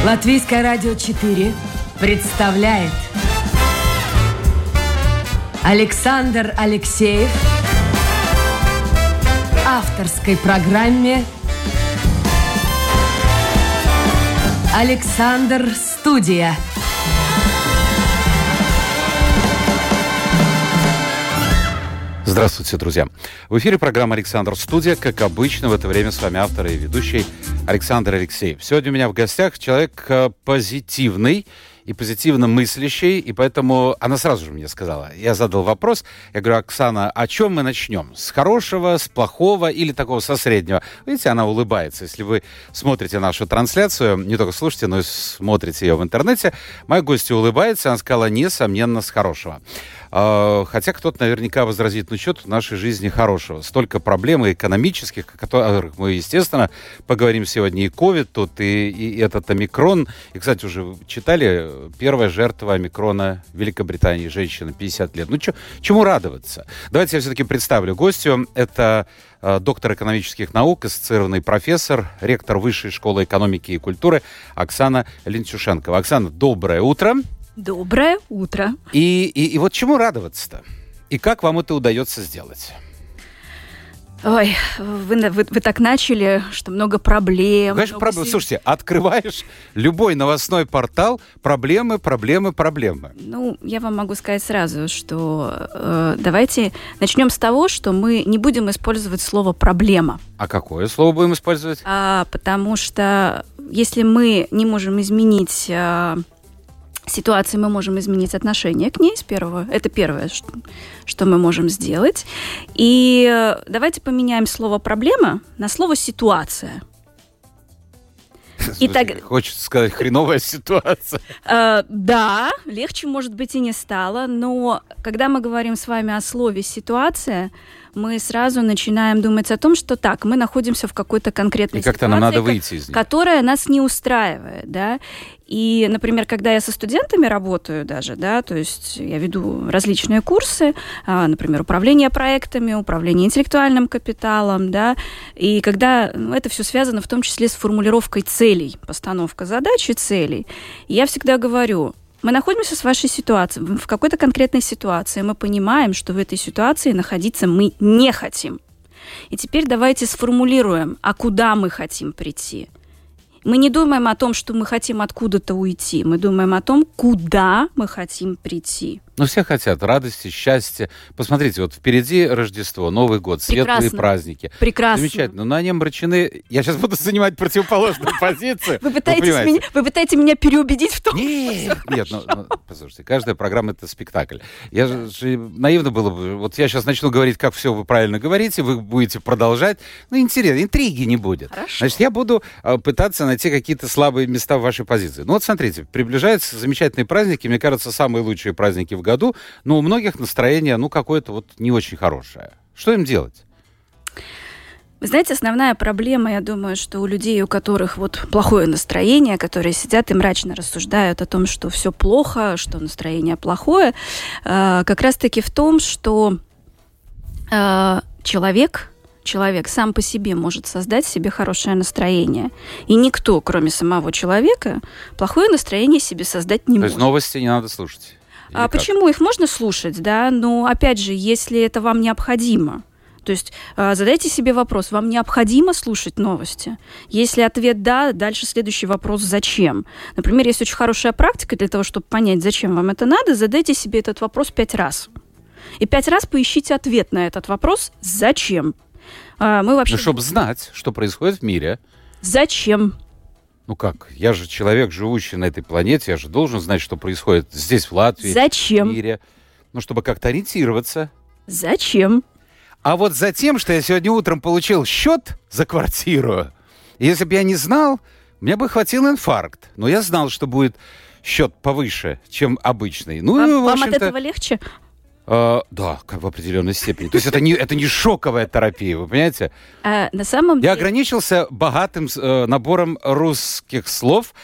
Латвийское радио 4 представляет Александр Алексеев в авторской программе «Александр Студия». Здравствуйте, друзья. В эфире программа «Александр Студия». Как обычно, в это время с вами автор и ведущий Александр Алексеев. Сегодня у меня в гостях человек позитивный и позитивно мыслящий, и поэтому она сразу же мне сказала, я задал вопрос, я говорю: Оксана, о чем мы начнем? С хорошего, с плохого или такого со среднего? Видите, она улыбается. Если вы смотрите нашу трансляцию, не только слушаете, но и смотрите ее в интернете, моя гостья улыбается, она сказала, несомненно, с хорошего. Хотя кто-то наверняка возразит, ну что тут в нашей жизни хорошего? Столько проблем экономических, о которых мы, естественно, поговорим сегодня. И ковид тут, и этот омикрон. И, кстати, уже читали, первая жертва омикрона в Великобритании, женщина, 50 лет. Ну, чему радоваться? Давайте я все-таки представлю гостью. Это доктор экономических наук, ассоциированный профессор, ректор Высшей школы экономики и культуры Оксана Лентюшенкова. Оксана, доброе утро. Доброе утро. И вот чему радоваться-то? И как вам это удается сделать? Ой, вы так начали, что много проблем. Конечно, проблемы. Слушайте, открываешь любой новостной портал, проблемы. Ну, я вам могу сказать сразу, что давайте начнем с того, что мы не будем использовать слово «проблема». А какое слово будем использовать? Потому что если мы не можем изменить ситуации, мы можем изменить отношение к ней Это первое, что мы можем сделать. И давайте поменяем слово «проблема» на слово «ситуация». Хочется сказать «хреновая ситуация». Да, легче, может быть, и не стало, но когда мы говорим с вами о слове «ситуация», мы сразу начинаем думать о том, что так, мы находимся в какой-то конкретной ситуации, как-то нам надо выйти из нее, которая нас не устраивает, да. И, например, когда я со студентами работаю даже, да, то есть я веду различные курсы, например, управление проектами, управление интеллектуальным капиталом, да, и когда это все связано в том числе с формулировкой целей, постановка задач и целей, я всегда говорю: мы находимся в вашей ситуации, в какой-то конкретной ситуации. Мы понимаем, что в этой ситуации находиться мы не хотим. И теперь давайте сформулируем, а куда мы хотим прийти. Мы не думаем о том, что мы хотим откуда-то уйти. Мы думаем о том, куда мы хотим прийти. Ну, все хотят радости, счастья. Посмотрите, вот впереди Рождество, Новый год, светлые праздники. Прекрасно. Замечательно. Но они омрачены. Я сейчас буду занимать противоположную позицию. Вы пытаетесь меня переубедить в том, Нет, послушайте, каждая программа — это спектакль. Я же наивно было бы. Вот я сейчас начну говорить, как все вы правильно говорите, вы будете продолжать. Ну, интересно, интриги не будет. Хорошо. Значит, я буду пытаться найти какие-то слабые места в вашей позиции. Ну, вот смотрите, приближаются замечательные праздники, мне кажется, самые лучшие праздники в году, но у многих настроение, какое-то вот не очень хорошее. Что им делать? Вы знаете, основная проблема, я думаю, что у людей, у которых вот плохое настроение, которые сидят и мрачно рассуждают о том, что все плохо, что настроение плохое, как раз-таки в том, что человек сам по себе может создать себе хорошее настроение. И никто, кроме самого человека, плохое настроение себе создать не может. То есть новости не надо слушать? Почему? Их можно слушать, да, но, опять же, если это вам необходимо. То есть задайте себе вопрос, вам необходимо слушать новости? Если ответ «да», дальше следующий вопрос «зачем?». Например, есть очень хорошая практика для того, чтобы понять, зачем вам это надо, задайте себе этот вопрос 5 раз. И 5 раз поищите ответ на этот вопрос «зачем?». Чтобы знать, что происходит в мире. Зачем? Ну как? Я же человек, живущий на этой планете, я же должен знать, что происходит здесь, в Латвии, Зачем? в мире. Чтобы как-то ориентироваться. Зачем? А вот за тем, что я сегодня утром получил счет за квартиру, и если бы я не знал, мне бы хватил инфаркт. Но я знал, что будет счет повыше, чем обычный. Вам от этого легче? Да, в определенной степени. То есть это не шоковая терапия, вы понимаете? На самом деле... Я ограничился богатым набором русских слов,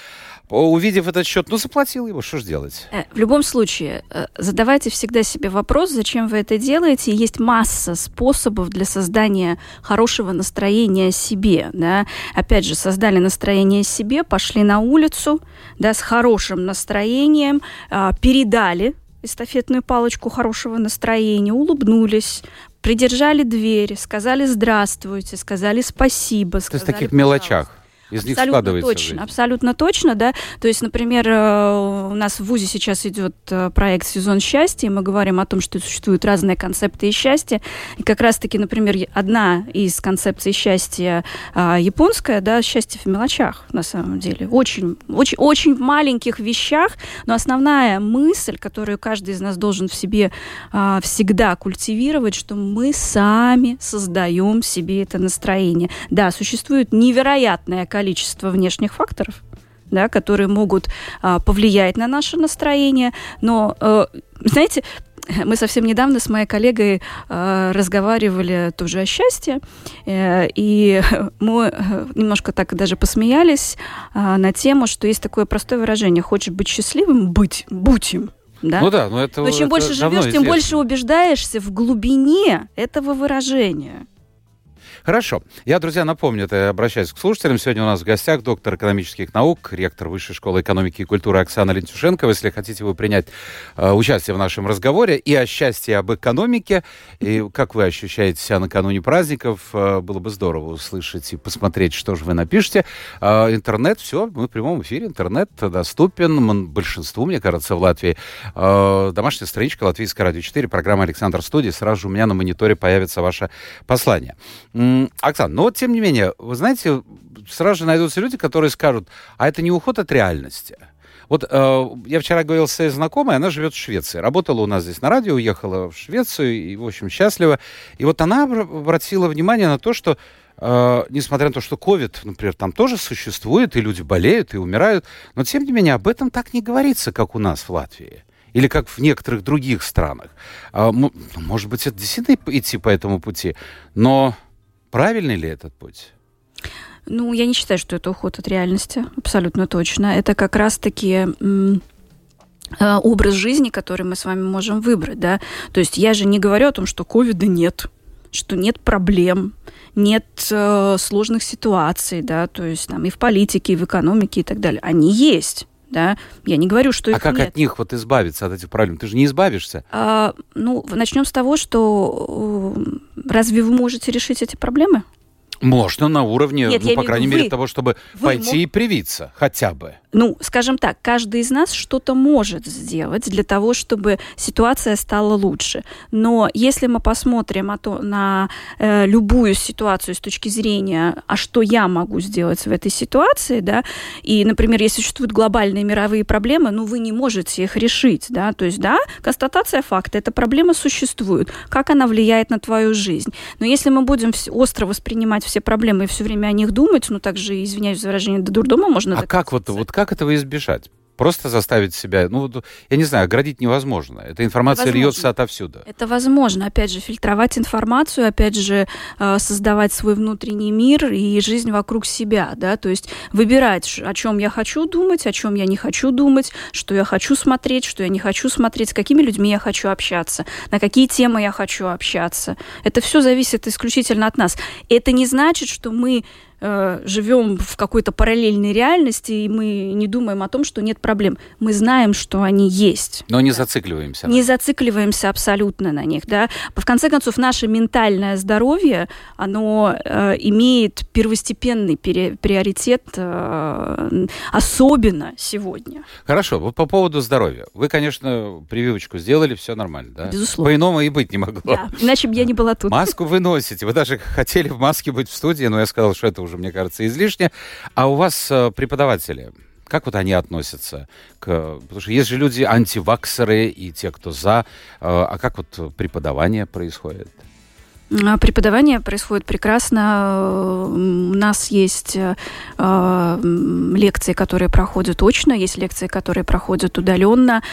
увидев этот счет, заплатил его, что ж делать? В любом случае, задавайте всегда себе вопрос, зачем вы это делаете. Есть масса способов для создания хорошего настроения себе. Да? Опять же, создали настроение себе, пошли на улицу, да, с хорошим настроением, передали эстафетную палочку хорошего настроения, улыбнулись, придержали дверь, сказали «здравствуйте», сказали «спасибо». То есть в таких мелочах. Из них складывается жизнь. Абсолютно точно, да. То есть, например, у нас в ВУЗе сейчас идет проект «Сезон счастья», и мы говорим о том, что существуют разные концепты счастья. И как раз-таки, например, одна из концепций счастья японская, да, счастье в мелочах, на самом деле. Очень, очень, очень в маленьких вещах, но основная мысль, которую каждый из нас должен в себе всегда культивировать, что мы сами создаем себе это настроение. Да, существует невероятное количество внешних факторов, да, которые могут повлиять на наше настроение. Но, знаете, мы совсем недавно с моей коллегой разговаривали тоже о счастье, и мы немножко так даже посмеялись на тему, что есть такое простое выражение: хочешь быть счастливым, будь им. Да? Но чем больше живешь, тем больше убеждаешься в глубине этого выражения. Хорошо. Я, друзья, напомню, это обращаюсь к слушателям. Сегодня у нас в гостях доктор экономических наук, ректор Высшей школы экономики и культуры Оксана Лентюшенкова. Если хотите вы принять участие в нашем разговоре и о счастье, и об экономике, и как вы ощущаете себя накануне праздников, было бы здорово услышать и посмотреть, что же вы напишете. Интернет, все, мы в прямом эфире, интернет доступен большинству, мне кажется, в Латвии. Домашняя страничка Латвийское радио 4, программа «Александр Студия». Сразу же у меня на мониторе появится ваше послание. Оксана, но тем не менее, вы знаете, сразу же найдутся люди, которые скажут, а это не уход от реальности. Вот я вчера говорил с своей знакомой, она живет в Швеции. Работала у нас здесь на радио, уехала в Швецию и, в общем, счастлива. И вот она обратила внимание на то, что, несмотря на то, что ковид, например, там тоже существует, и люди болеют, и умирают, но, тем не менее, об этом так не говорится, как у нас в Латвии. Или как в некоторых других странах. Может быть, это действительно идти по этому пути, но правильный ли этот путь? Я не считаю, что это уход от реальности, абсолютно точно. Это как раз-таки образ жизни, который мы с вами можем выбрать, да. То есть я же не говорю о том, что ковида нет, что нет проблем, нет сложных ситуаций, да, то есть там и в политике, и в экономике, и так далее. Они есть. Да? Я не говорю, что их нет. А как от них избавиться, от этих проблем? Ты же не избавишься. Начнем с того, что разве вы можете решить эти проблемы? Можно на уровне, по крайней мере, того, чтобы пойти и привиться хотя бы. Скажем так, каждый из нас что-то может сделать для того, чтобы ситуация стала лучше. Но если мы посмотрим на любую ситуацию с точки зрения, а что я могу сделать в этой ситуации, да, и, например, если существуют глобальные мировые проблемы, вы не можете их решить, да, то есть, да, констатация факта, эта проблема существует, как она влияет на твою жизнь. Но если мы будем остро воспринимать все проблемы и все время о них думать, так же, извиняюсь за выражение, до дурдома можно докатиться. Как этого избежать? Просто заставить себя, я не знаю, оградить невозможно. Эта информация льется отовсюду. Это возможно. Опять же, фильтровать информацию, опять же, создавать свой внутренний мир и жизнь вокруг себя, да, то есть выбирать, о чем я хочу думать, о чем я не хочу думать, что я хочу смотреть, что я не хочу смотреть, с какими людьми я хочу общаться, на какие темы я хочу общаться. Это все зависит исключительно от нас. Это не значит, что мы живем в какой-то параллельной реальности, и мы не думаем о том, что нет проблем. Мы знаем, что они есть. Но не зацикливаемся. Не зацикливаемся абсолютно на них. Да? В конце концов, наше ментальное здоровье, оно имеет первостепенный приоритет, особенно сегодня. Хорошо, вот по поводу здоровья. Вы, конечно, прививочку сделали, все нормально, да? Безусловно. По-иному и быть не могло. Да, иначе бы я не была тут. Маску вы носите. Вы даже хотели в маске быть в студии, но я сказал, что это уже, мне кажется, излишне. А у вас преподаватели, как вот они относятся к... Потому что есть же люди антиваксеры и те, кто за. А как вот преподавание происходит? Преподавание происходит прекрасно. У нас есть лекции, которые проходят очно, есть лекции, которые проходят удаленно.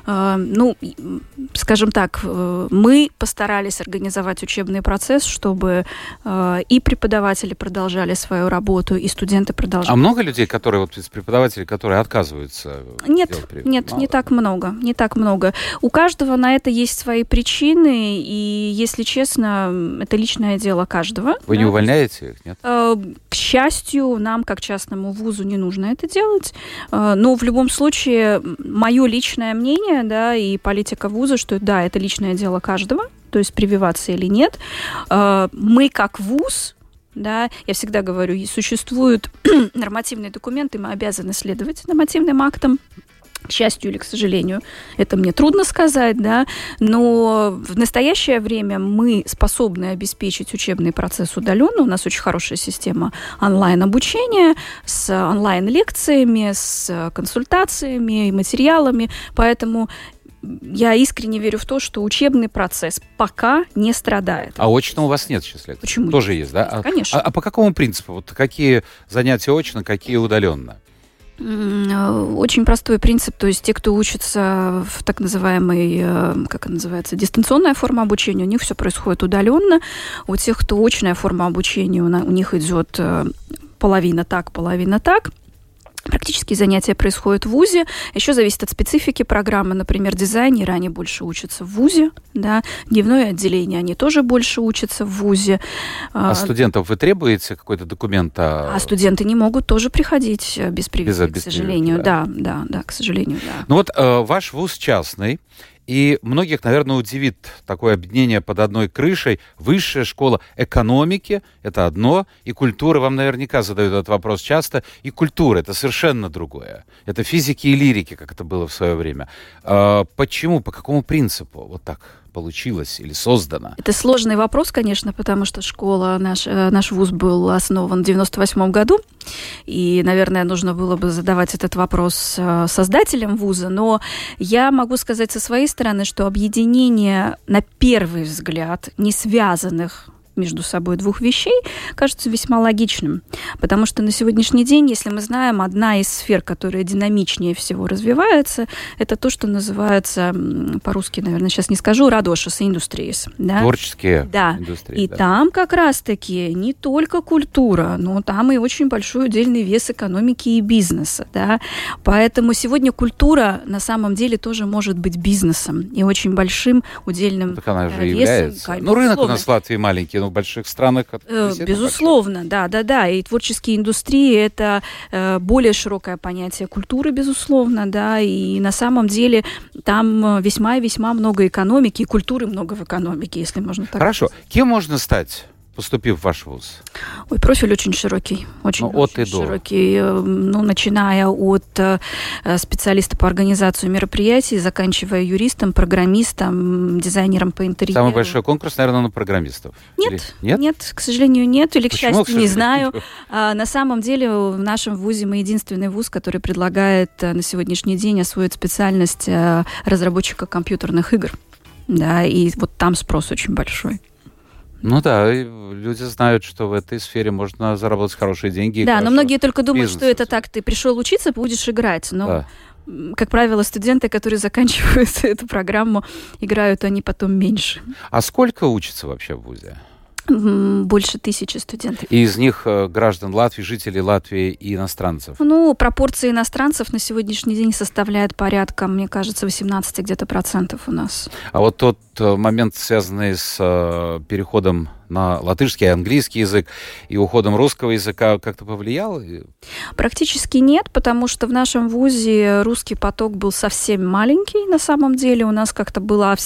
Скажем так, мы постарались организовать учебный процесс, чтобы и преподаватели продолжали свою работу, и студенты продолжали. А много людей, которые, вот из преподавателей, которые отказываются? Нет, не так много. У каждого на это есть свои причины, и, если честно, это личное дело каждого. Вы не увольняете их, нет? К счастью, нам, как частному вузу, не нужно это делать. Но в любом случае, мое личное мнение, да, и политика вуза, что да, это личное дело каждого, то есть прививаться или нет. Мы, как вуз, да, я всегда говорю, существуют нормативные документы, мы обязаны следовать нормативным актам. К счастью или к сожалению, это мне трудно сказать, да, но в настоящее время мы способны обеспечить учебный процесс удаленно. У нас очень хорошая система онлайн-обучения с онлайн-лекциями, с консультациями и материалами, поэтому я искренне верю в то, что учебный процесс пока не страдает. А очно у вас нет сейчас лекций? Почему? Тоже есть, да? Конечно. А по какому принципу? Вот какие занятия очно, какие удаленно? Очень простой принцип, то есть те, кто учится в так называемой, как она называется, дистанционная форма обучения, у них все происходит удаленно. У тех, кто очная форма обучения, у них идет половина так, половина так. Практические занятия происходят в вузе. Еще зависит от специфики программы. Например, дизайнеры, они больше учатся в вузе. Да? Дневное отделение, они тоже больше учатся в вузе. А студентов вы требуете какой-то документ? А студенты не могут тоже приходить без прививки, к сожалению. Да, к сожалению, да. Ну вот ваш вуз частный. И многих, наверное, удивит такое объединение под одной крышей. Высшая школа экономики – это одно, и культура, вам наверняка задают этот вопрос часто, и культура – это совершенно другое. Это физики и лирики, как это было в свое время. Почему, по какому принципу вот так получилось или создано? Это сложный вопрос, конечно, потому что школа, наш вуз был основан в 1998 году, и, наверное, нужно было бы задавать этот вопрос создателям вуза, но я могу сказать со своей стороны, что объединение, на первый взгляд, не связанных между собой двух вещей, кажется весьма логичным. Потому что на сегодняшний день, если мы знаем, одна из сфер, которая динамичнее всего развивается, это то, что называется, по-русски, наверное, сейчас не скажу, радошес индустриис. Да? Творческие индустрии. И там как раз-таки не только культура, но там и очень большой удельный вес экономики и бизнеса. Да? Поэтому сегодня культура на самом деле тоже может быть бизнесом и очень большим удельным весом. Так она же является. Ну, рынок у нас в Латвии маленький, в больших странах. Безусловно, да. И творческие индустрии – это более широкое понятие культуры, безусловно, да. И на самом деле там весьма и весьма много экономики, и культуры много в экономике, если можно так сказать. Хорошо. Кем можно стать, поступив в ваш вуз? Ой, профиль очень широкий. Очень широкий. Начиная от специалиста по организации мероприятий, заканчивая юристом, программистом, дизайнером по интерьеру. Самый большой конкурс, наверное, на программистов? Нет, к сожалению, нет. Или, Почему, к счастью, не знаю. На самом деле в нашем вузе мы единственный вуз, который предлагает на сегодняшний день освоить специальность разработчика компьютерных игр. Да, и вот там спрос очень большой. Ну да, люди знают, что в этой сфере можно заработать хорошие деньги. Да, но многие только думают, что это так, ты пришел учиться, будешь играть. Но, как правило, студенты, которые заканчивают эту программу, играют они потом меньше. А сколько учатся вообще в вузе? Больше 1000 студентов. И из них граждан Латвии, жителей Латвии и иностранцев? Пропорция иностранцев на сегодняшний день составляет порядка, мне кажется, 18 где-то процентов у нас. А вот тот момент, связанный с переходом на латышский и английский язык и уходом русского языка, как-то повлиял? Практически нет, потому что в нашем вузе русский поток был совсем маленький на самом деле. У нас как-то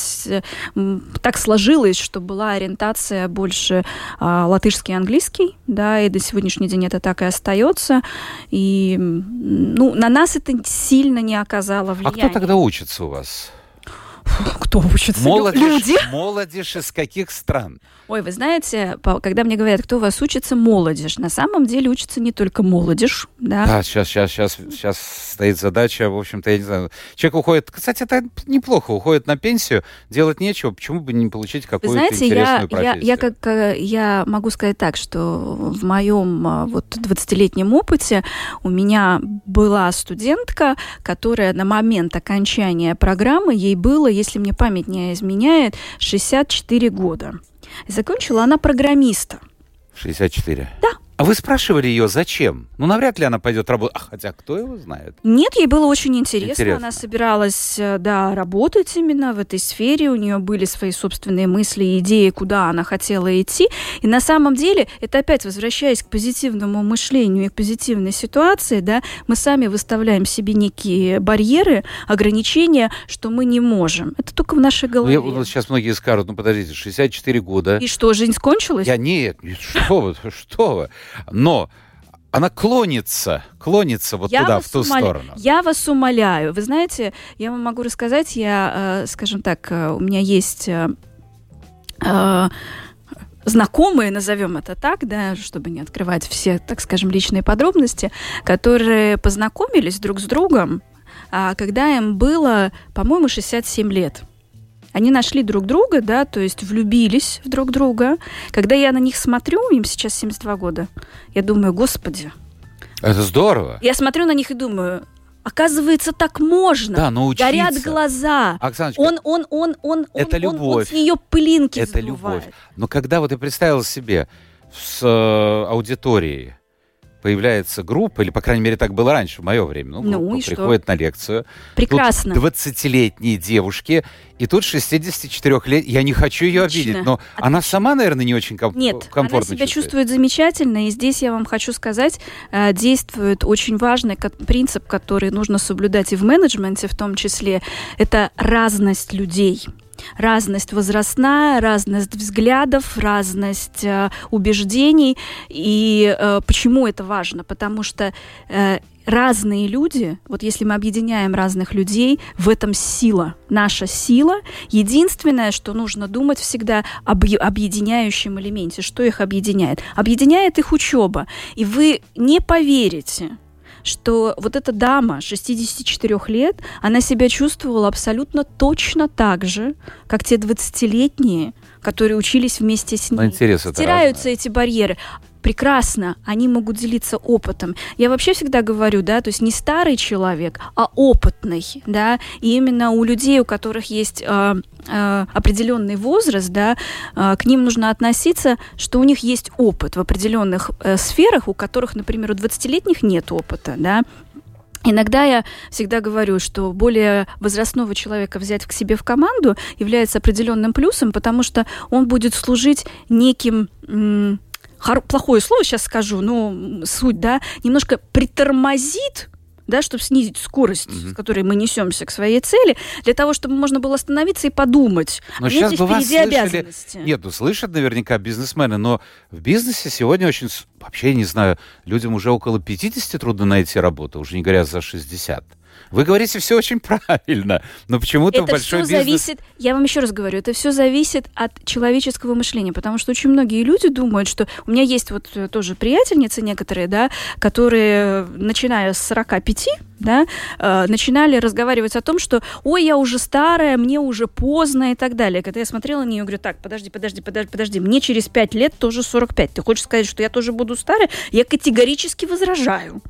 так сложилось, что была ориентация больше латышский и английский, да, и до сегодняшний день это так и остается. И на нас это сильно не оказало влияния. А кто тогда учится у вас? Кто учится? Люди. Молодежь из каких стран? Ой, вы знаете, когда мне говорят, кто у вас учится, молодежь. На самом деле учится не только молодежь, да? Да, сейчас стоит задача, в общем-то, я не знаю. Человек уходит, кстати, это неплохо, уходит на пенсию, делать нечего, почему бы не получить какую-то интересную профессию? Я могу сказать так, что в моем вот 20-летнем опыте у меня была студентка, которая на момент окончания программы, ей было, если мне память не изменяет, 64 года. И закончила она программиста. 64? Да. А вы спрашивали ее, зачем? Ну, навряд ли она пойдет работать. Хотя, кто его знает? Нет, ей было очень интересно. Она собиралась, да, работать именно в этой сфере. У нее были свои собственные мысли и идеи, куда она хотела идти. И на самом деле, это опять возвращаясь к позитивному мышлению и к позитивной ситуации, да, мы сами выставляем себе некие барьеры, ограничения, что мы не можем. Это только в нашей голове. Вот сейчас многие скажут, ну, подождите, 64 года. И что, жизнь кончилась? Нет, что вы. Но она клонится вот туда, в ту сторону. Я вас умоляю. Вы знаете, я вам могу рассказать, скажем так, у меня есть знакомые, назовем это так, да, чтобы не открывать все, так скажем, личные подробности, которые познакомились друг с другом, когда им было, по-моему, 67 лет. Они нашли друг друга, да, то есть влюбились в друг друга. Когда я на них смотрю, им сейчас 72 года, я думаю, господи. Это здорово. Я смотрю на них и думаю, оказывается, так можно. Да, научиться. Горят глаза. Оксаночка, это любовь. Он с нее пылинки это сдувает. Любовь. Но когда вот я представил себе с аудиторией, появляется группа, или, по крайней мере, так было раньше, в мое время. Группа приходит на лекцию. Прекрасно. Тут 20-летние девушки, и тут 64-летняя. Я не хочу ее обидеть, но отлично. Она сама, наверное, не очень комфортно чувствует. Нет, она себя чувствует замечательно, и здесь я вам хочу сказать, действует очень важный принцип, который нужно соблюдать и в менеджменте в том числе, это разность людей. Разность возрастная, разность взглядов, разность убеждений. И почему это важно? Потому что разные люди, вот если мы объединяем разных людей, в этом сила, наша сила. Единственное, что нужно думать всегда об объединяющем элементе. Что их объединяет? Объединяет их учеба. И вы не поверите, что вот эта дама 64 лет, она себя чувствовала абсолютно точно так же, как те 20-летние, которые учились вместе с ней. Стираются эти барьеры. Прекрасно, они могут делиться опытом. Я вообще всегда говорю, да, то есть не старый человек, а опытный, да, и именно у людей, у которых есть определенный возраст, да, к ним нужно относиться, что у них есть опыт в определенных сферах, у которых, например, у 20-летних нет опыта, да. Иногда я всегда говорю, что более возрастного человека взять к себе в команду является определенным плюсом, потому что он будет служить неким... плохое слово сейчас скажу, но суть, да, немножко притормозит, да, чтобы снизить скорость, с которой мы несемся к своей цели, для того, чтобы можно было остановиться и подумать. Но сейчас бы вас слышали... Нет, слышат наверняка бизнесмены, но в бизнесе сегодня очень... Вообще, не знаю, людям уже около 50 трудно найти работу, уже не говоря за 60. Вы говорите все очень правильно, но почему-то это большой все бизнес... зависит, я вам еще раз говорю, это все зависит от человеческого мышления, потому что очень многие люди думают, что... У меня есть вот тоже приятельницы некоторые, да, которые, начиная с 45, да, начинали разговаривать о том, что «Ой, я уже старая, мне уже поздно» и так далее. Когда я смотрела на нее, говорю, так, подожди, мне через 5 лет тоже 45. Ты хочешь сказать, что я тоже буду старая? Я категорически возражаю.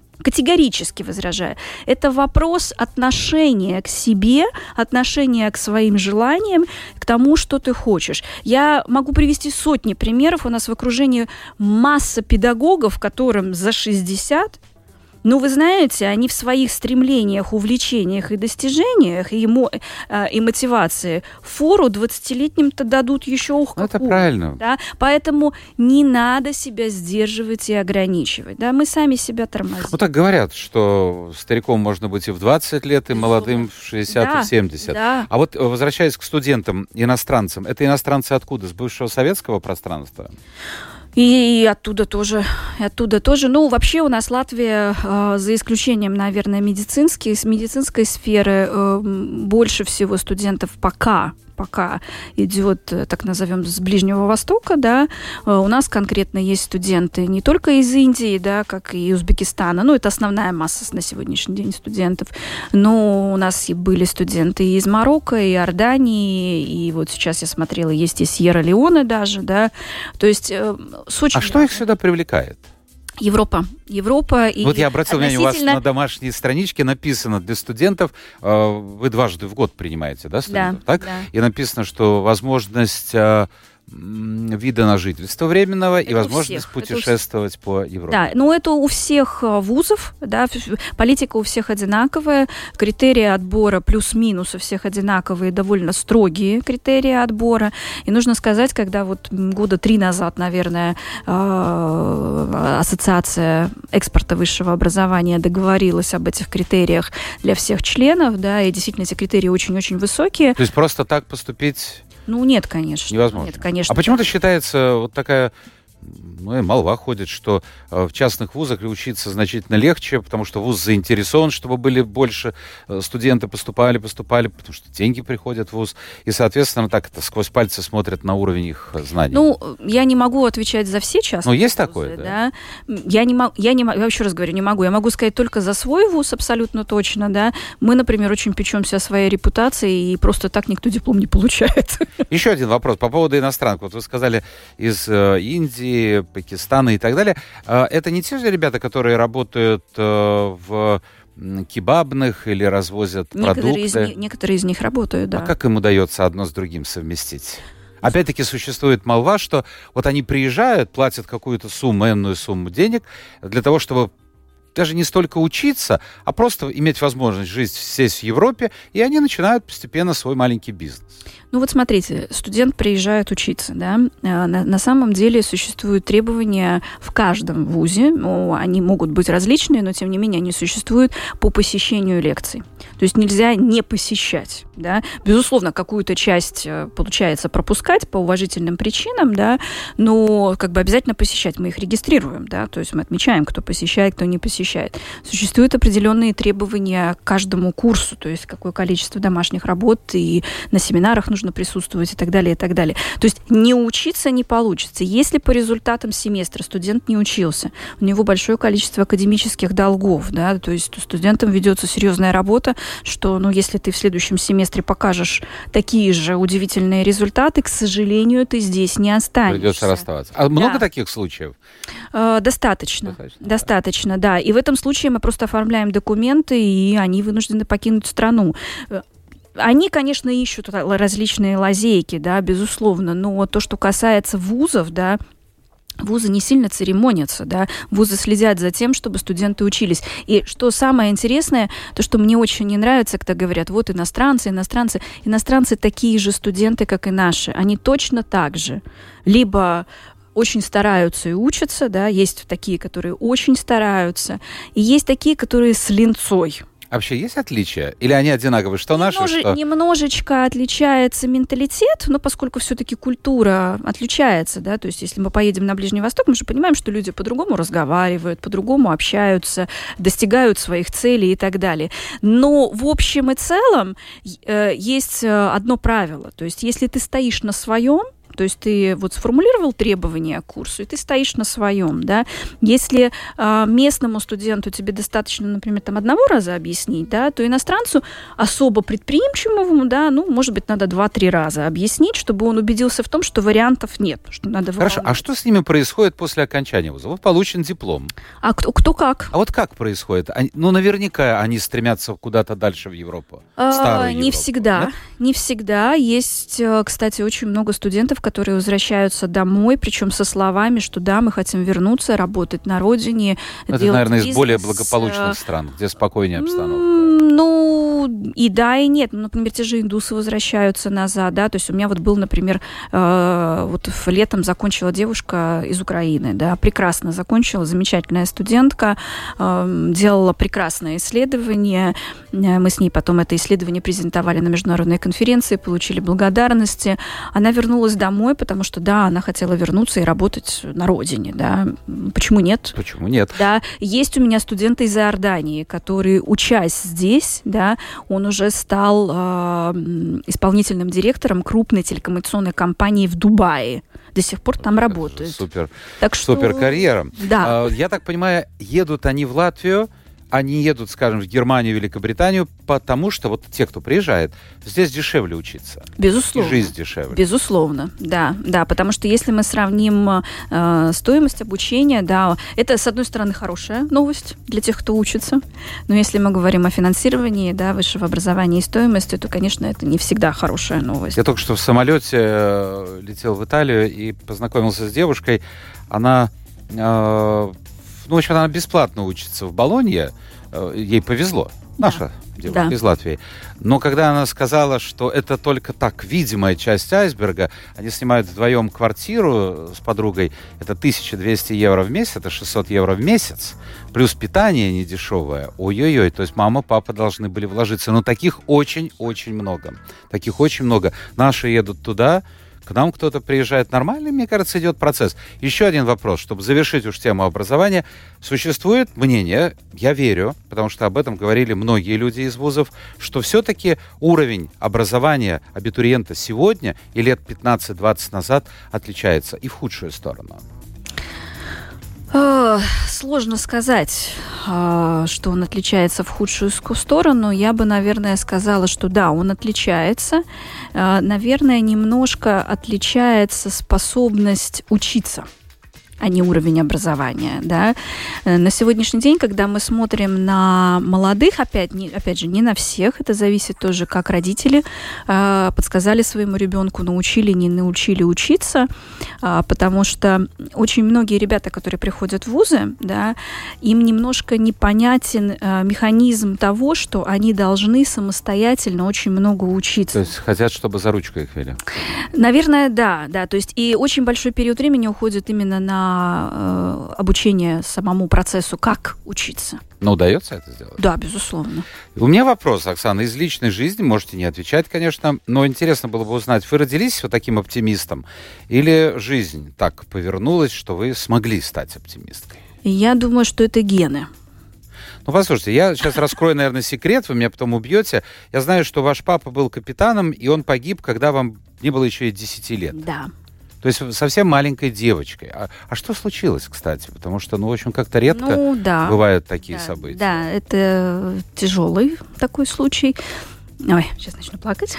Это вопрос отношения к себе, отношения к своим желаниям, к тому, что ты хочешь. Я могу привести сотни примеров. У нас в окружении масса педагогов, которым за 60. Но вы знаете, они в своих стремлениях, увлечениях и достижениях, и мотивации фору 20-летним-то дадут еще какую. Это правильно. Да? Поэтому не надо себя сдерживать и ограничивать. Да? Мы сами себя тормозим. Ну, так говорят, что стариком можно быть и в 20 лет, и молодым в 60, и в 70. Да. А вот возвращаясь к студентам, иностранцам, это иностранцы откуда? С бывшего советского пространства? И оттуда тоже. Ну, вообще у нас Латвия, за исключением, наверное, медицинской сферы, больше всего студентов пока идет, так назовем, с Ближнего Востока, да. У нас конкретно есть студенты не только из Индии, да, как и Узбекистана, ну, это основная масса на сегодняшний день студентов, но у нас и были студенты и из Марокко, и Иордании, и вот сейчас я смотрела, есть и Сьерра-Леоне даже, да, то есть с очень... А что их сюда привлекает? Европа. И вот я обратил внимание, у вас на домашней страничке написано для студентов, вы дважды в год принимаете, да, студентов, да, так? Да. И написано, что возможность вида на жительство временного и возможность путешествовать по Европе. Да, но это у всех вузов, да, политика у всех одинаковая, критерии отбора плюс-минус у всех одинаковые, довольно строгие критерии отбора. И нужно сказать, когда вот года 3 назад, наверное, Ассоциация экспорта высшего образования договорилась об этих критериях для всех членов, да, и действительно эти критерии очень-очень высокие. То есть просто так поступить... Ну, нет, конечно. Невозможно. Нет, конечно. А почему-то считается вот такая... Ну, и молва ходит, что в частных вузах учиться значительно легче, потому что вуз заинтересован, чтобы были больше студенты поступали, потому что деньги приходят в вуз, и, соответственно, так это сквозь пальцы смотрят на уровень их знаний. Ну, я не могу отвечать за все частные вузы. Ну, есть такое, да? Я еще раз говорю, не могу. Я могу сказать только за свой вуз абсолютно точно, да. Мы, например, очень печемся о своей репутации, и просто так никто диплом не получает. Еще один вопрос по поводу иностранок. Вот вы сказали, из Индии, Пакистана и так далее. Это не те же ребята, которые работают в кебабных или развозят продукты? Некоторые из них работают, да. А как им удается одно с другим совместить? Опять-таки существует молва, что вот они приезжают, платят какую-то сумму, энную сумму денег для того, чтобы даже не столько учиться, а просто иметь возможность жить здесь, в Европе, и они начинают постепенно свой маленький бизнес. Ну вот смотрите, студент приезжает учиться, да, на самом деле существуют требования в каждом вузе, они могут быть различные, но тем не менее они существуют по посещению лекций. То есть нельзя не посещать, да. Безусловно, какую-то часть получается пропускать по уважительным причинам, да, но как бы обязательно посещать, мы их регистрируем, да, то есть мы отмечаем, кто посещает, кто не посещает. Существуют определенные требования к каждому курсу, то есть какое количество домашних работ, и на семинарах нужно присутствовать и так далее, и так далее. То есть не учиться не получится. Если по результатам семестра студент не учился, у него большое количество академических долгов, да, то есть студентам ведется серьезная работа, что, ну, если ты в следующем семестре покажешь такие же удивительные результаты, к сожалению, ты здесь не останешься. Придется расставаться. А много таких случаев? Достаточно, да. И в этом случае мы просто оформляем документы, и они вынуждены покинуть страну. Они, конечно, ищут различные лазейки, да, безусловно, но то, что касается вузов, да, вузы не сильно церемонятся, да, вузы следят за тем, чтобы студенты учились. И что самое интересное, то, что мне очень не нравится, когда говорят, вот иностранцы такие же студенты, как и наши, они точно так же. Либо очень стараются и учатся, да, есть такие, которые очень стараются, и есть такие, которые с линцой. Вообще есть отличия? Или они одинаковые? Что наши, что... Немножечко отличается менталитет, но поскольку все-таки культура отличается, да, то есть если мы поедем на Ближний Восток, мы же понимаем, что люди по-другому разговаривают, по-другому общаются, достигают своих целей и так далее. Но в общем и целом есть одно правило, то есть если ты стоишь на своем, то есть ты вот сформулировал требования к курсу, и ты стоишь на своем, да. Если местному студенту тебе достаточно, например, там 1 раза объяснить, да, то иностранцу особо предприимчивому, да, ну, может быть, надо 2-3 раза объяснить, чтобы он убедился в том, что вариантов нет, что надо выполнять. Хорошо, а что с ними происходит после окончания вуза? Вот получен диплом. А кто как? А вот как происходит? Ну, наверняка они стремятся куда-то дальше в Европу, старую не Европу. Всегда, нет? Не всегда. Есть, кстати, очень много студентов, которые возвращаются домой, причем со словами, что да, мы хотим вернуться, работать на родине. Это, наверное, бизнес. Из более благополучных стран, где спокойнее обстановка. Ну, Ну, и да, и нет. Ну, например, те же индусы возвращаются назад, да, то есть у меня вот был, например, вот летом закончила девушка из Украины, да, прекрасно закончила, замечательная студентка, делала прекрасное исследование, мы с ней потом это исследование презентовали на международной конференции, получили благодарности. Она вернулась домой, потому что, да, она хотела вернуться и работать на родине, да. Почему нет? Почему нет? Да, есть у меня студенты из Иордании, который, учась здесь, да, он уже стал исполнительным директором крупной телекоммуникационной компании в Дубае. До сих пор там работает. Супер. Так что... Супер карьера. Да. Я так понимаю, едут они в Латвию, они едут, скажем, в Германию, Великобританию, потому что вот те, кто приезжает, здесь дешевле учиться. Безусловно. И жизнь дешевле. Безусловно, да, да, потому что если мы сравним стоимость обучения, да, это, с одной стороны, хорошая новость для тех, кто учится, но если мы говорим о финансировании, да, высшего образования и стоимости, то, конечно, это не всегда хорошая новость. Я только что в самолете летел в Италию и познакомился с девушкой. Она... Ну, в общем, она бесплатно учится в Болонье. Ей повезло. Наша девушка из Латвии. Но когда она сказала, что это только так видимая часть айсберга, они снимают вдвоем квартиру с подругой, это 1200 евро в месяц, это 600 евро в месяц, плюс питание недешевое. Ой-ой-ой, то есть мама, папа должны были вложиться. Но таких очень-очень много. Таких очень много. Наши едут туда, к нам кто-то приезжает. Нормальный, мне кажется, идет процесс. Еще один вопрос, чтобы завершить уж тему образования. Существует мнение, я верю, потому что об этом говорили многие люди из вузов, что все-таки уровень образования абитуриента сегодня и лет 15-20 назад отличается и в худшую сторону. Сложно сказать, что он отличается в худшую сторону. Я бы, наверное, сказала, что да, он отличается. Наверное, немножко отличается способность учиться, а не уровень образования, да. На сегодняшний день, когда мы смотрим на молодых, опять же, не на всех, это зависит тоже, как родители подсказали своему ребенку, научили, не научили учиться, потому что очень многие ребята, которые приходят в вузы, да, им немножко непонятен механизм того, что они должны самостоятельно очень много учиться. То есть хотят, чтобы за ручку их вели? Наверное, да, то есть и очень большой период времени уходит именно на обучение самому процессу, как учиться. Но удается это сделать? Да, безусловно. У меня вопрос, Оксана, из личной жизни, можете не отвечать, конечно, но интересно было бы узнать, вы родились вот таким оптимистом или жизнь так повернулась, что вы смогли стать оптимисткой? Я думаю, что это гены. Ну, послушайте, я сейчас раскрою, наверное, секрет, вы меня потом убьете. Я знаю, что ваш папа был капитаном, и он погиб, когда вам не было еще и 10 лет. Да. То есть совсем маленькой девочкой. А что случилось, кстати? Потому что, в общем, как-то редко бывают такие события. Да, это тяжелый такой случай. Ой, сейчас начну плакать.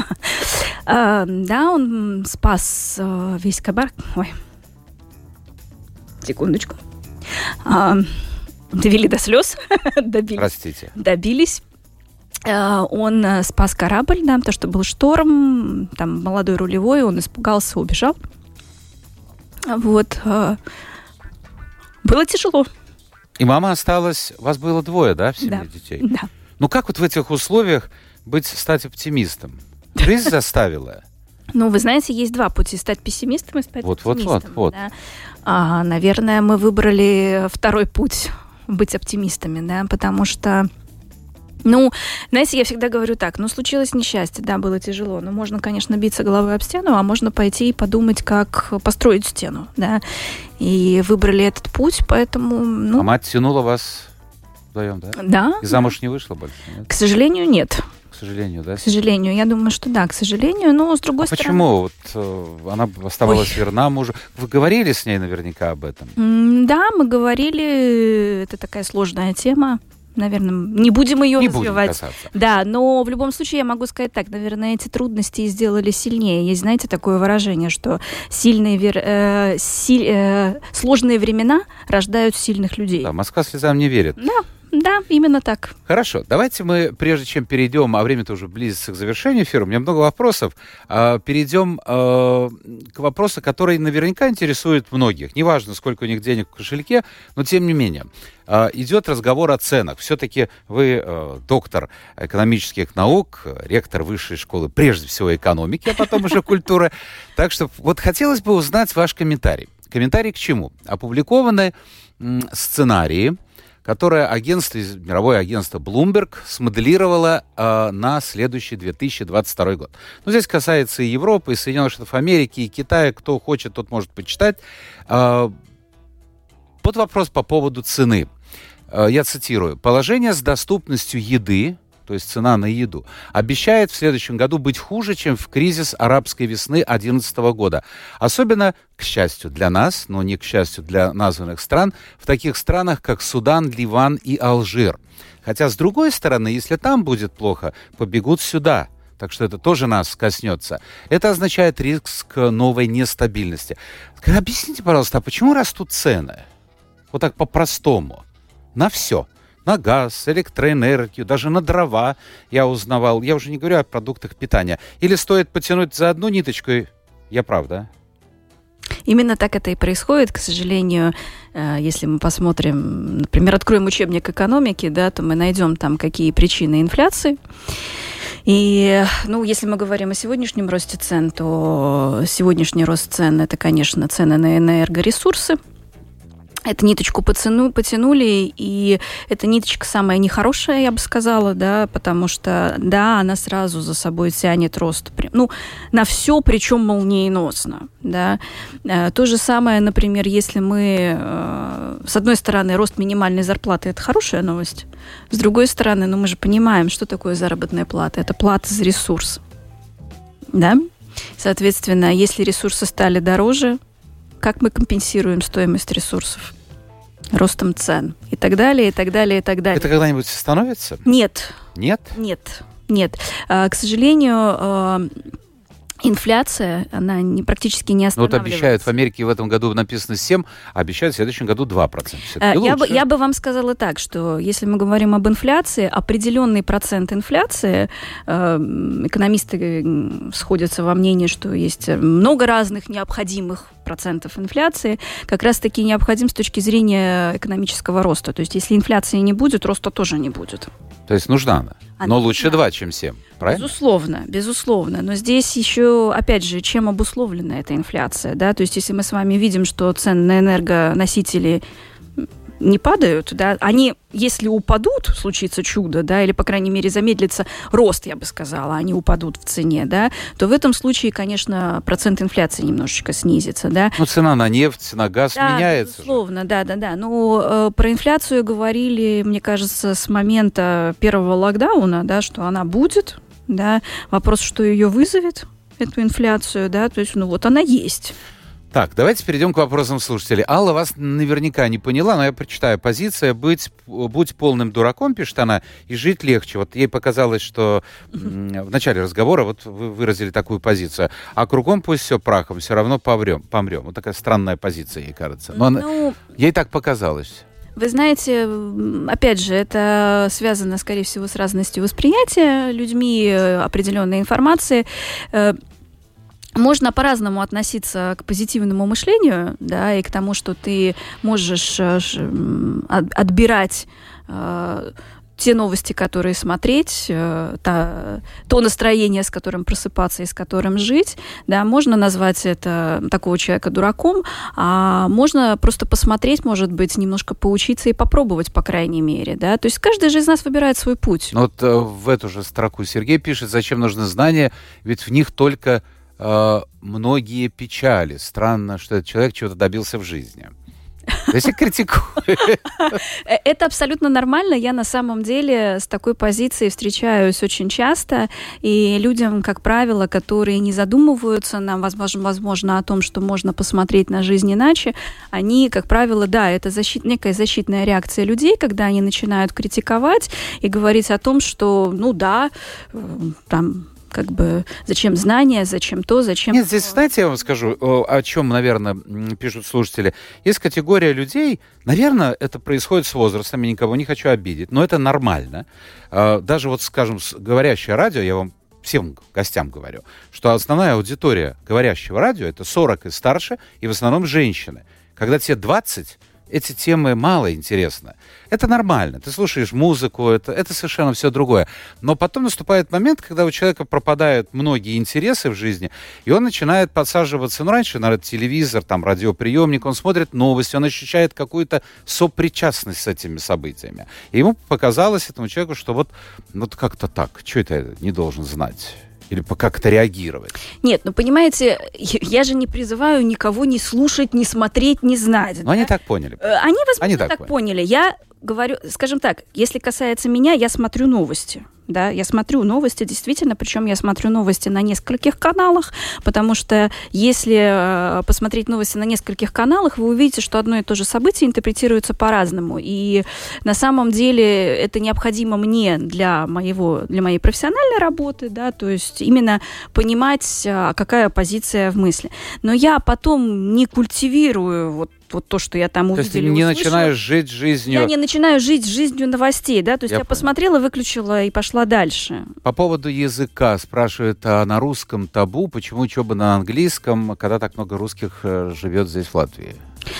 Да, он спас весь кабак. Ой, секундочку. Довели до слез. Простите. Добились. Он спас корабль, да, потому что был шторм, там молодой рулевой, он испугался, убежал. Вот. Было тяжело. И мама осталась... Вас было двое, да, в семье детей? Да. Ну как вот в этих условиях стать оптимистом? Жизнь заставила? Ну, вы знаете, есть два пути: стать пессимистом и стать оптимистом. Вот. Да? Наверное, мы выбрали второй путь — быть оптимистами, да, потому что... Ну, знаете, я всегда говорю так, случилось несчастье, да, было тяжело, но можно, конечно, биться головой об стену, а можно пойти и подумать, как построить стену, да, и выбрали этот путь, поэтому... А мать тянула вас вдвоем, да? Да. И замуж не вышла больше, нет? К сожалению, нет. К сожалению, да? К сожалению, я думаю, что да, к сожалению, но с другой стороны... Почему? Вот она оставалась верна мужу. Вы говорили с ней наверняка об этом? Да, мы говорили, это такая сложная тема. Наверное, не будем ее развивать. Да, но в любом случае я могу сказать так, наверное, эти трудности и сделали сильнее. Есть, знаете, такое выражение, что сложные времена рождают сильных людей. Да, Москва слезам не верит. Да, именно так. Хорошо, давайте мы, прежде чем перейдем, а время-то уже близится к завершению эфира, у меня много вопросов, перейдем к вопросу, который наверняка интересует многих. Неважно, сколько у них денег в кошельке, но тем не менее. Идет разговор о ценах. Все-таки вы доктор экономических наук, ректор высшей школы, прежде всего, экономики, а потом уже культуры. Так что вот хотелось бы узнать ваш комментарий. Комментарий к чему? Опубликованы сценарии, которое мировое агентство Bloomberg смоделировало на следующий 2022 год. Ну, здесь касается и Европы, и Соединенных Штатов Америки, и Китая. Кто хочет, тот может почитать. Вот вопрос по поводу цены. Я цитирую. «Положение с доступностью еды, то есть цена на еду, обещает в следующем году быть хуже, чем в кризис арабской весны 2011 года. Особенно, к счастью для нас, но не к счастью для названных стран, в таких странах, как Судан, Ливан и Алжир. Хотя, с другой стороны, если там будет плохо, побегут сюда. Так что это тоже нас коснется. Это означает риск новой нестабильности». Объясните, пожалуйста, а почему растут цены? Вот так по-простому. На все. На газ, электроэнергию, даже на дрова я узнавал. Я уже не говорю о продуктах питания. Или стоит потянуть за одну ниточку, я прав, да? Именно так это и происходит. К сожалению, если мы посмотрим, например, откроем учебник экономики, да, то мы найдем там, какие причины инфляции. И, если мы говорим о сегодняшнем росте цен, то сегодняшний рост цен – это, конечно, цены на энергоресурсы. Эту ниточку потянули, и эта ниточка самая нехорошая, я бы сказала, да, потому что, да, она сразу за собой тянет рост, на все, причем молниеносно, да. То же самое, например, если мы, с одной стороны, рост минимальной зарплаты – это хорошая новость, с другой стороны, мы же понимаем, что такое заработная плата – это плата за ресурс, да. Соответственно, если ресурсы стали дороже, как мы компенсируем стоимость ресурсов? Ростом цен. И так далее, и так далее, и так далее. Это когда-нибудь остановится? Нет. Нет? Нет. К сожалению, инфляция, она практически не останавливается. Вот обещают, в Америке в этом году написано 7, а обещают в следующем году 2%. Я бы вам сказала так, что если мы говорим об инфляции, определенный процент инфляции, экономисты сходятся во мнении, что есть много разных необходимых процентов инфляции, как раз-таки необходим с точки зрения экономического роста. То есть если инфляции не будет, роста тоже не будет. То есть нужна она. Но лучше 2, чем 7, правильно? Безусловно. Но здесь еще, опять же, чем обусловлена эта инфляция, да? То есть если мы с вами видим, что цены на энергоносители не падают, да, они, если упадут, случится чудо, да, или, по крайней мере, замедлится рост, я бы сказала, они упадут в цене, да, то в этом случае, конечно, процент инфляции немножечко снизится, да. Цена на нефть, на газ меняется. Безусловно, да. Но про инфляцию говорили, мне кажется, с момента первого локдауна, да, что она будет, да. Вопрос, что ее вызовет, эту инфляцию, да, то есть, она есть. Так, давайте перейдем к вопросам слушателей. Алла вас наверняка не поняла, но я прочитаю. Позиция «Будь полным дураком», пишет она, и жить легче. Вот ей показалось, что в начале разговора вот вы выразили такую позицию. А кругом пусть все прахом, все равно помрем. Вот такая странная позиция, ей кажется. Но ей так показалось. Вы знаете, опять же, это связано, скорее всего, с разностью восприятия людьми определенной информации. Можно по-разному относиться к позитивному мышлению, да, и к тому, что ты можешь отбирать те новости, которые смотреть, то настроение, с которым просыпаться и с которым жить, да, можно назвать это такого человека дураком, а можно просто посмотреть, может быть, немножко поучиться и попробовать, по крайней мере, да, то есть каждый же из нас выбирает свой путь. Вот в эту же строку Сергей пишет, зачем нужны знания, ведь в них только многие печали. Странно, что этот человек чего-то добился в жизни. То есть я критикую. Это абсолютно нормально. Я на самом деле с такой позицией встречаюсь очень часто. И людям, как правило, которые не задумываются, возможно, о том, что можно посмотреть на жизнь иначе, они, как правило, да, это некая защитная реакция людей, когда они начинают критиковать и говорить о том, что, там зачем знания, зачем то, зачем... Нет, здесь, знаете, я вам скажу, о чем, наверное, пишут слушатели. Есть категория людей, наверное, это происходит с возрастом, я никого не хочу обидеть, но это нормально. Даже вот, скажем, говорящее радио, я вам всем гостям говорю, что основная аудитория говорящего радио — это 40 и старше, и в основном женщины. Когда тебе 20, эти темы мало интересны. Это нормально. Ты слушаешь музыку, это совершенно все другое. Но потом наступает момент, когда у человека пропадают многие интересы в жизни, и он начинает подсаживаться, раньше, наверное, телевизор, там, радиоприемник, он смотрит новости, он ощущает какую-то сопричастность с этими событиями. И ему показалось, этому человеку, что вот как-то так, что это я не должен знать? Или как-то реагировать? Нет, понимаете, я же не призываю никого не слушать, не смотреть, не знать. Но они так поняли. Они, возможно, так поняли. Я говорю, скажем так, если касается меня, я смотрю новости. Да, я смотрю новости, действительно, причем я смотрю новости на нескольких каналах, потому что если посмотреть новости на нескольких каналах, вы увидите, что одно и то же событие интерпретируется по-разному. И на самом деле это необходимо мне для моей профессиональной работы, да, то есть именно понимать, какая позиция в мысли. Но я потом не культивирую вот то, что я там увидела. То есть ты не начинаешь жить жизнью... Я не начинаю жить жизнью новостей, да, то есть я посмотрела, выключила и пошла дальше. По поводу языка спрашивают, а на русском табу, почему учеба на английском, когда так много русских живет здесь, в Латвии?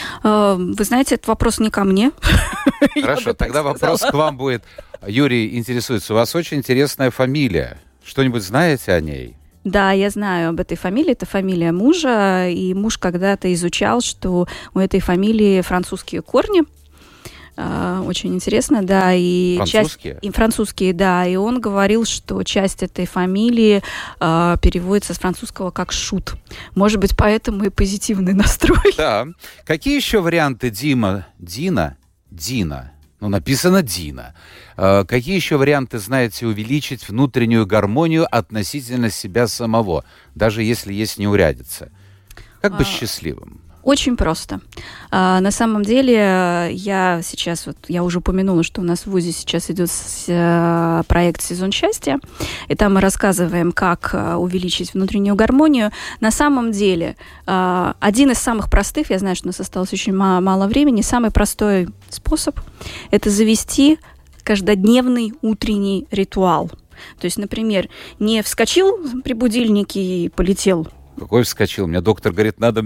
Вы знаете, этот вопрос не ко мне. Хорошо, тогда вопрос к вам будет. Юрий интересуется, у вас очень интересная фамилия. Что-нибудь знаете о ней? Да, я знаю об этой фамилии. Это фамилия мужа. И муж когда-то изучал, что у этой фамилии французские корни. Очень интересно, да. И французские? Французские, да. И он говорил, что часть этой фамилии переводится с французского как «шут». Может быть, поэтому и позитивный настрой. Да. Какие еще варианты Дина? Написано Дина. Какие еще варианты знаете увеличить внутреннюю гармонию относительно себя самого, даже если есть неурядица? Как быть счастливым? Очень просто. На самом деле, я уже упомянула, что у нас в ВУЗе сейчас идет проект «Сезон счастья», и там мы рассказываем, как увеличить внутреннюю гармонию. На самом деле, один из самых простых, я знаю, что у нас осталось очень мало времени, самый простой способ – это завести каждодневный утренний ритуал. То есть, например, не вскочил при будильнике и полетел. Какой вскочил? Мне доктор говорит, надо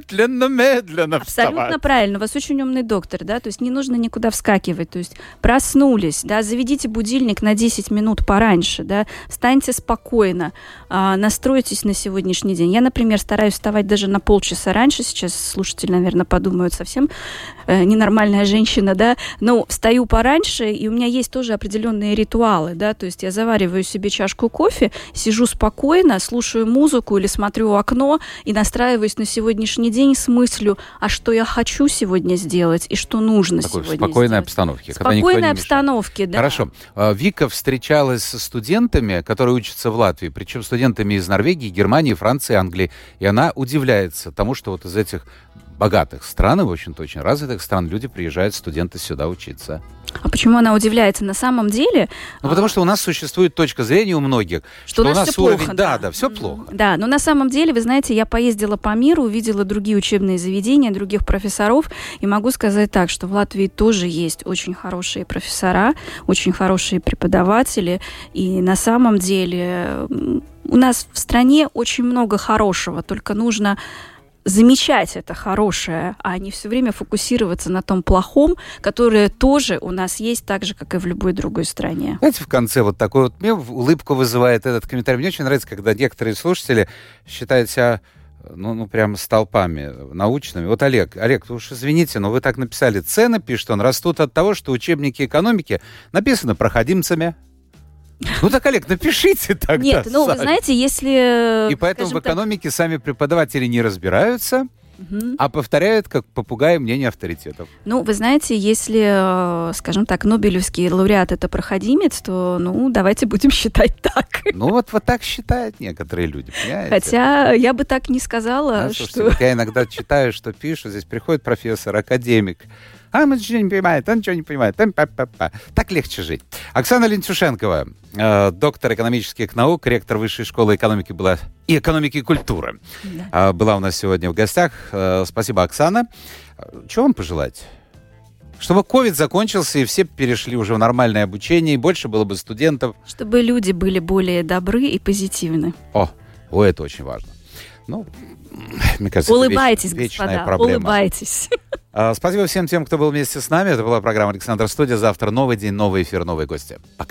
медленно вставать. Абсолютно правильно. У вас очень умный доктор, да, то есть не нужно никуда вскакивать, то есть проснулись, да, заведите будильник на 10 минут пораньше, да, встаньте спокойно, настройтесь на сегодняшний день. Я, например, стараюсь вставать даже на полчаса раньше, сейчас слушатели, наверное, подумают, совсем ненормальная женщина, да, но встаю пораньше, и у меня есть тоже определенные ритуалы, да, то есть я завариваю себе чашку кофе, сижу спокойно, слушаю музыку или смотрю в окно и настраиваюсь на сегодняшний день с мыслью, а что я хочу сегодня сделать и что нужно сегодня сделать. В спокойной обстановке. В спокойной обстановке, да. Хорошо. Вика встречалась со студентами, которые учатся в Латвии, причем студентами из Норвегии, Германии, Франции, Англии, и она удивляется тому, что вот из этих богатых стран, и, в общем-то, очень развитых стран люди приезжают, студенты, сюда учиться. А почему она удивляется? На самом деле... Потому что у нас существует точка зрения у многих, что у нас все уровень... Плохо, да, все плохо. Да, но на самом деле, вы знаете, я поездила по миру, увидела другие учебные заведения, других профессоров, и могу сказать так, что в Латвии тоже есть очень хорошие профессора, очень хорошие преподаватели, и на самом деле у нас в стране очень много хорошего, только нужно замечать это хорошее, а не все время фокусироваться на том плохом, которое тоже у нас есть, так же, как и в любой другой стране. Знаете, в конце вот такой вот мне улыбку вызывает этот комментарий. Мне очень нравится, когда некоторые слушатели считают себя, прям столпами научными. Вот Олег, вы уж извините, но вы так написали. Цены, пишет он, растут от того, что учебники экономики написаны проходимцами. Так, Олег, напишите тогда. Нет, вы знаете, если... И поэтому в экономике сами преподаватели не разбираются, а повторяют, как попугаи, мнение авторитетов. Вы знаете, если, скажем так, Нобелевский лауреат — это проходимец, то, давайте будем считать так. Вот так считают некоторые люди, понимаете? Хотя я бы так не сказала, слушайте, я иногда читаю, что пишут. Здесь приходит профессор, академик, А мы ничего не понимаем, он ничего не понимает. Так легче жить. Оксана Лентюшенкова, доктор экономических наук, ректор Высшей школы экономики и экономики и культуры. Да. Была у нас сегодня в гостях. Спасибо, Оксана. Чего вам пожелать? Чтобы ковид закончился, и все перешли уже в нормальное обучение, и больше было бы студентов. Чтобы люди были более добры и позитивны. Это очень важно. Ну, мне кажется, улыбайтесь, это вечная господа, проблема. Улыбайтесь. Спасибо всем тем, кто был вместе с нами. Это была программа «Александр Студия». Завтра новый день, новый эфир, новые гости. Пока.